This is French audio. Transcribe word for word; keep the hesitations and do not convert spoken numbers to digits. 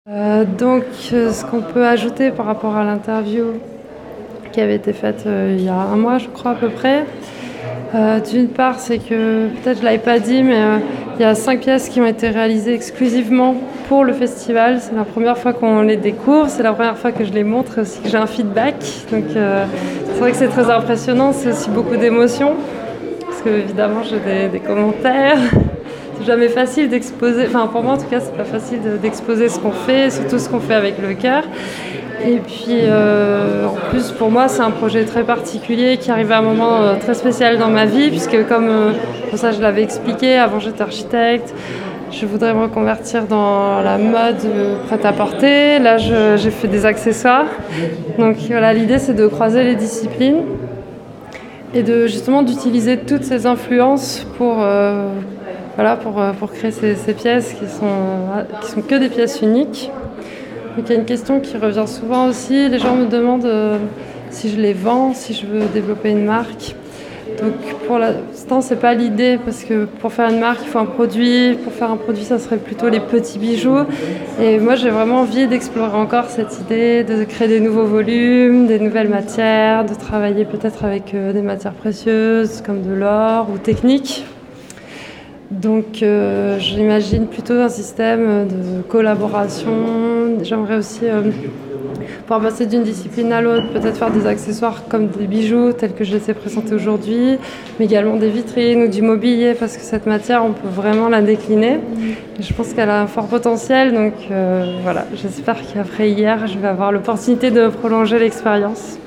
Euh, donc, euh, ce qu'on peut ajouter par rapport à l'interview qui avait été faite euh, il y a un mois, je crois à peu près, euh, d'une part, c'est que peut-être je l'avais pas dit, mais euh, il y a cinq pièces qui ont été réalisées exclusivement pour le festival. C'est la première fois qu'on les découvre, c'est la première fois que je les montre, aussi que j'ai un feedback. Donc, euh, c'est vrai que c'est très impressionnant, c'est aussi beaucoup d'émotions, parce que évidemment j'ai des, des commentaires. C'est jamais facile d'exposer, enfin pour moi en tout cas c'est pas facile de, d'exposer ce qu'on fait, surtout ce qu'on fait avec le cœur. Et puis euh, en plus pour moi c'est un projet très particulier qui arrive à un moment euh, très spécial dans ma vie, puisque comme, euh, comme ça je l'avais expliqué, avant j'étais architecte, je voudrais me reconvertir dans la mode euh, prêt-à-porter, là je, j'ai fait des accessoires. Donc voilà, l'idée c'est de croiser les disciplines et de justement d'utiliser toutes ces influences pour... Euh, Voilà, pour, pour créer ces, ces pièces qui sont, qui sont que des pièces uniques. Donc, il y a une question qui revient souvent aussi. Les gens me demandent euh, si je les vends, si je veux développer une marque. Donc pour l'instant, c'est pas l'idée, parce que pour faire une marque, il faut un produit. Pour faire un produit, ça serait plutôt les petits bijoux. Et moi, j'ai vraiment envie d'explorer encore cette idée, de créer des nouveaux volumes, des nouvelles matières, de travailler peut-être avec euh, des matières précieuses comme de l'or ou techniques. Donc euh, j'imagine plutôt un système de collaboration. J'aimerais aussi euh, pouvoir passer d'une discipline à l'autre, peut-être faire des accessoires comme des bijoux tels que je les ai présentés aujourd'hui, mais également des vitrines ou du mobilier, parce que cette matière, on peut vraiment la décliner. Et je pense qu'elle a un fort potentiel, donc euh, voilà, j'espère qu'après hier, je vais avoir l'opportunité de prolonger l'expérience.